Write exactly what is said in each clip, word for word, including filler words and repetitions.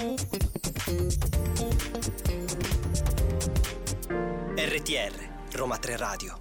R T R, Roma tre Radio.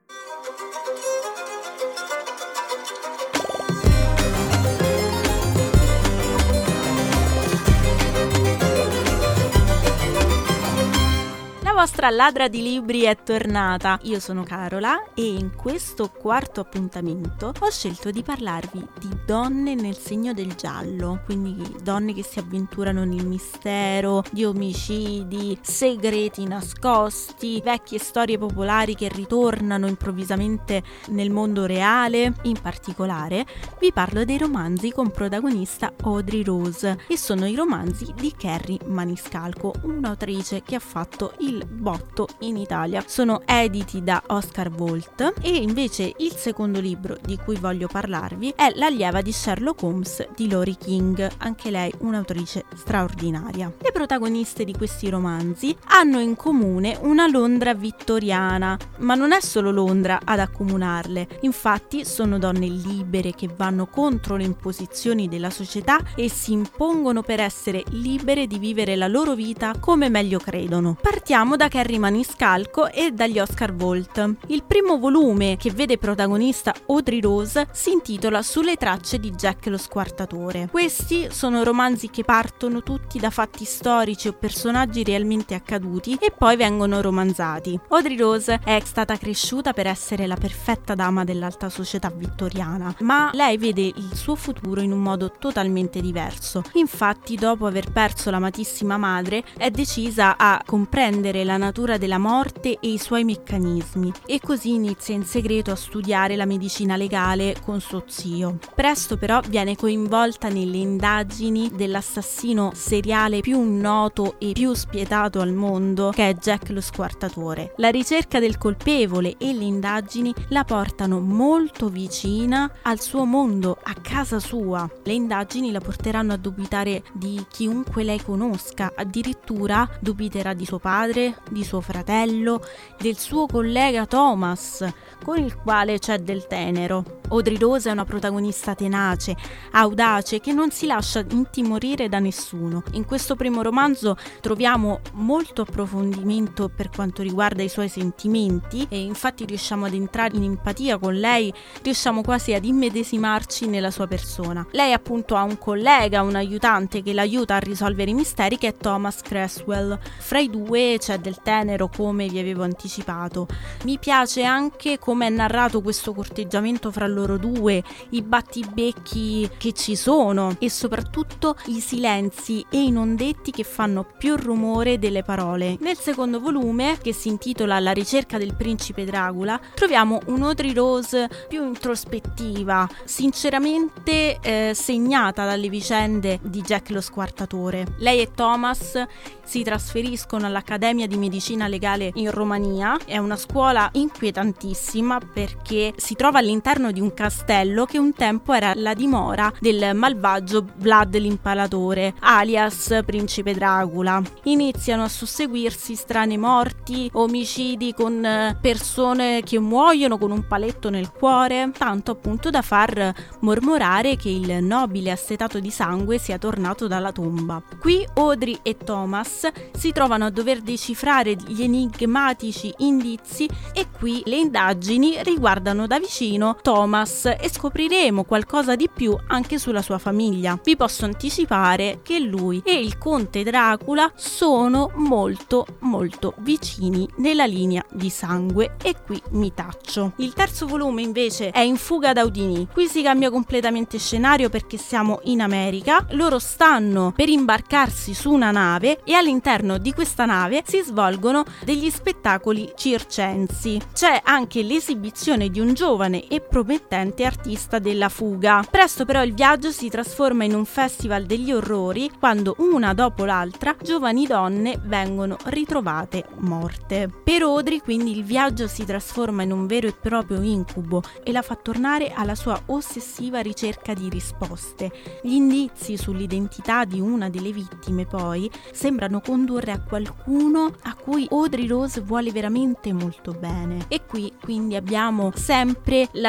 La vostra ladra di libri è tornata. Io sono Carola e in questo quarto appuntamento ho scelto di parlarvi di donne nel segno del giallo, quindi donne che si avventurano nel mistero, di omicidi, segreti nascosti, vecchie storie popolari che ritornano improvvisamente nel mondo reale. In particolare vi parlo dei romanzi con protagonista Audrey Rose, e sono i romanzi di Kerri Maniscalco, un'autrice che ha fatto il botto in Italia. Sono editi da Oscar Volt, e invece il secondo libro di cui voglio parlarvi è L'allieva di Sherlock Holmes di Laurie King, anche lei un'autrice straordinaria. Le protagoniste di questi romanzi hanno in comune una Londra vittoriana, ma non è solo Londra ad accomunarle. Infatti sono donne libere che vanno contro le imposizioni della società e si impongono per essere libere di vivere la loro vita come meglio credono. Partiamo da Kerri Maniscalco e dagli Oscar Volt. Il primo volume, che vede protagonista Audrey Rose, si intitola Sulle tracce di Jack lo Squartatore. Questi sono romanzi che partono tutti da fatti storici o personaggi realmente accaduti e poi vengono romanzati. Audrey Rose è stata cresciuta per essere la perfetta dama dell'alta società vittoriana, ma lei vede il suo futuro in un modo totalmente diverso. Infatti, dopo aver perso l'amatissima madre, è decisa a comprendere la natura della morte e i suoi meccanismi, e così inizia in segreto a studiare la medicina legale con suo zio. Presto però viene coinvolta nelle indagini dell'assassino seriale più noto e più spietato al mondo, che è Jack lo Squartatore. La ricerca del colpevole e le indagini la portano molto vicina al suo mondo, a casa sua. Le indagini la porteranno a dubitare di chiunque lei conosca, addirittura dubiterà di suo padre, di suo fratello, del suo collega Thomas, con il quale c'è del tenero. Audrey Rose è una protagonista tenace, audace, che non si lascia intimorire da nessuno. In questo primo romanzo troviamo molto approfondimento per quanto riguarda i suoi sentimenti, e infatti riusciamo ad entrare in empatia con lei, riusciamo quasi ad immedesimarci nella sua persona. Lei appunto ha un collega, un aiutante che l'aiuta a risolvere i misteri, che è Thomas Cresswell. Fra i due c'è del tenero, come vi avevo anticipato. Mi piace anche come è narrato questo corteggiamento fra loro due, i battibecchi che ci sono e soprattutto i silenzi e i non detti che fanno più rumore delle parole. Nel secondo volume, che si intitola La ricerca del principe Dracula, troviamo un Audrey Rose più introspettiva, sinceramente eh, segnata dalle vicende di Jack lo Squartatore. Lei e Thomas si trasferiscono all'Accademia di Medicina Legale in Romania. È una scuola inquietantissima perché si trova all'interno di un castello che un tempo era la dimora del malvagio Vlad l'Impalatore, alias Principe Dracula. Iniziano a susseguirsi strane morti, omicidi con persone che muoiono con un paletto nel cuore, tanto appunto da far mormorare che il nobile assetato di sangue sia tornato dalla tomba. Qui Audrey e Thomas si trovano a dover decifrare gli enigmatici indizi, e qui le indagini riguardano da vicino Thomas e scopriremo qualcosa di più anche sulla sua famiglia. Vi posso anticipare che lui e il conte Dracula sono molto molto vicini nella linea di sangue, e qui mi taccio. Il terzo volume invece è In fuga da Houdini. Qui si cambia completamente scenario perché siamo in America. Loro stanno per imbarcarsi su una nave e all'interno di questa nave si svolgono degli spettacoli circensi. C'è anche l'esibizione di un giovane e promettente artista della fuga. Presto però il viaggio si trasforma in un festival degli orrori, quando una dopo l'altra giovani donne vengono ritrovate morte. Per Audrey quindi il viaggio si trasforma in un vero e proprio incubo e la fa tornare alla sua ossessiva ricerca di risposte. Gli indizi sull'identità di una delle vittime poi sembrano condurre a qualcuno a cui Audrey Rose vuole veramente molto bene. E qui quindi abbiamo sempre la vita privata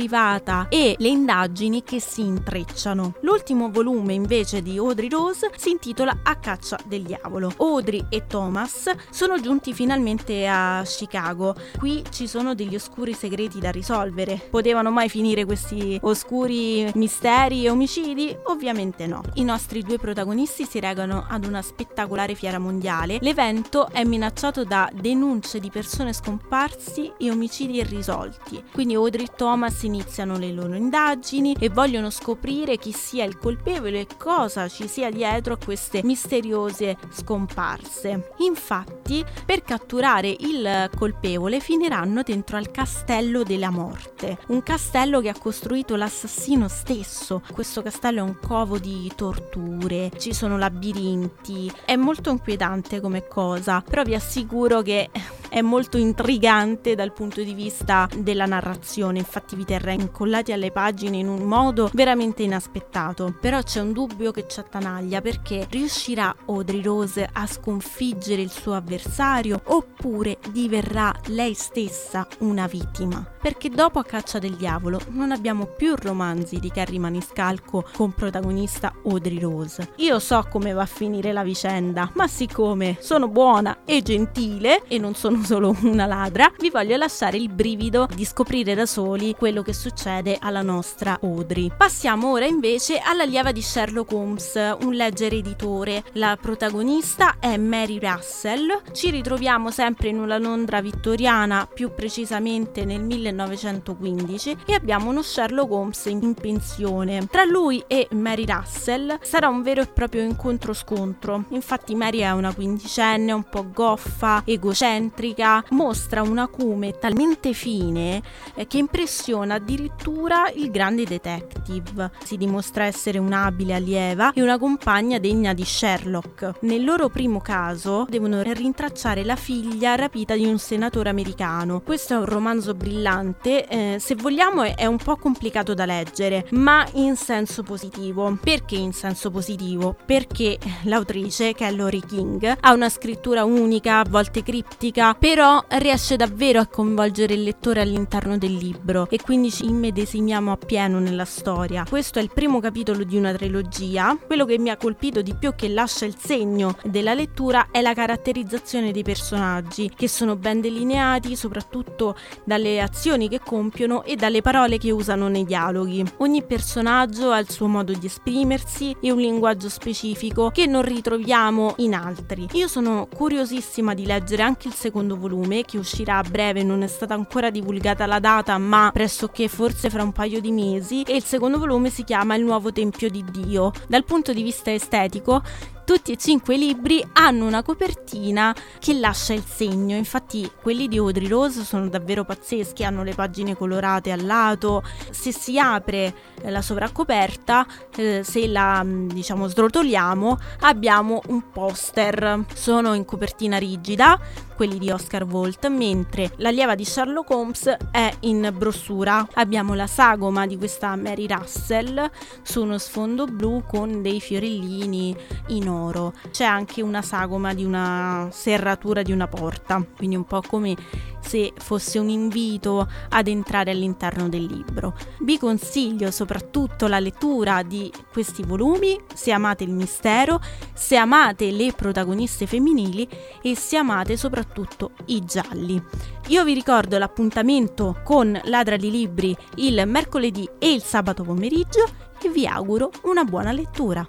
privata e le indagini che si intrecciano. L'ultimo volume invece di Audrey Rose si intitola A caccia del diavolo. Audrey e Thomas sono giunti finalmente a Chicago. Qui ci sono degli oscuri segreti da risolvere. Potevano mai finire questi oscuri misteri e omicidi? Ovviamente no. I nostri due protagonisti si recano ad una spettacolare fiera mondiale. L'evento è minacciato da denunce di persone scomparsi e omicidi irrisolti. Quindi Audrey e Thomas iniziano le loro indagini e vogliono scoprire chi sia il colpevole e cosa ci sia dietro a queste misteriose scomparse. Infatti, per catturare il colpevole finiranno dentro al castello della morte, un castello che ha costruito l'assassino stesso. Questo castello è un covo di torture, ci sono labirinti, è molto inquietante come cosa, però vi assicuro che è molto intrigante dal punto di vista della narrazione, infatti vi terrà incollati alle pagine in un modo veramente inaspettato. Però c'è un dubbio che ci attanaglia, perché riuscirà Audrey Rose a sconfiggere il suo avversario oppure diverrà lei stessa una vittima? Perché dopo A caccia del diavolo non abbiamo più romanzi di Kerri Maniscalco con protagonista Audrey Rose. Io so come va a finire la vicenda, ma siccome sono buona e gentile e non sono solo una ladra, vi voglio lasciare il brivido di scoprire da soli quello che succede alla nostra Audrey. Passiamo ora invece all'allieva di Sherlock Holmes, un Ledger editore. La protagonista è Mary Russell. Ci ritroviamo sempre in una Londra vittoriana, più precisamente nel millenovecentoquindici, e abbiamo uno Sherlock Holmes in pensione. Tra lui e Mary Russell sarà un vero e proprio incontro-scontro. Infatti Mary è una quindicenne un po' goffa, egocentrica, mostra un acume talmente fine eh, che impressiona addirittura il grande detective. Si dimostra essere un'abile allieva e una compagna degna di Sherlock. Nel loro primo caso devono rintracciare la figlia rapita di un senatore americano. Questo è un romanzo brillante, eh, se vogliamo è, è un po' complicato da leggere, ma in senso positivo. Perché in senso positivo? Perché l'autrice, che è Laurie King, ha una scrittura unica, a volte criptica, però riesce davvero a coinvolgere il lettore all'interno del libro e quindi ci immedesimiamo appieno nella storia. Questo è il primo capitolo di una trilogia. Quello che mi ha colpito di più, che lascia il segno della lettura, è la caratterizzazione dei personaggi, che sono ben delineati soprattutto dalle azioni che compiono e dalle parole che usano nei dialoghi. Ogni personaggio ha il suo modo di esprimersi e un linguaggio specifico che non ritroviamo in altri. Io sono curiosissima di leggere anche il secondo volume, che uscirà a breve, non è stata ancora divulgata la data, ma pressoché forse fra un paio di mesi, e il secondo volume si chiama Il nuovo tempio di Dio. Dal punto di vista estetico, tutti e cinque i libri hanno una copertina che lascia il segno. Infatti quelli di Audrey Rose sono davvero pazzeschi, hanno le pagine colorate al lato. Se si apre la sovraccoperta, eh, se la diciamo srotoliamo, abbiamo un poster. Sono in copertina rigida quelli di Oscar Wilde, mentre l'allieva di Sherlock Holmes è in brossura. Abbiamo la sagoma di questa Mary Russell su uno sfondo blu con dei fiorellini in oro. C'è anche una sagoma di una serratura di una porta, quindi un po' come se fosse un invito ad entrare all'interno del libro. Vi consiglio soprattutto la lettura di questi volumi se amate il mistero, se amate le protagoniste femminili e se amate soprattutto i gialli. Io vi ricordo l'appuntamento con Ladra di Libri il mercoledì e il sabato pomeriggio e vi auguro una buona lettura.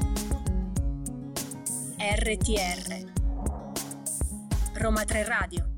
R T R Roma tre Radio.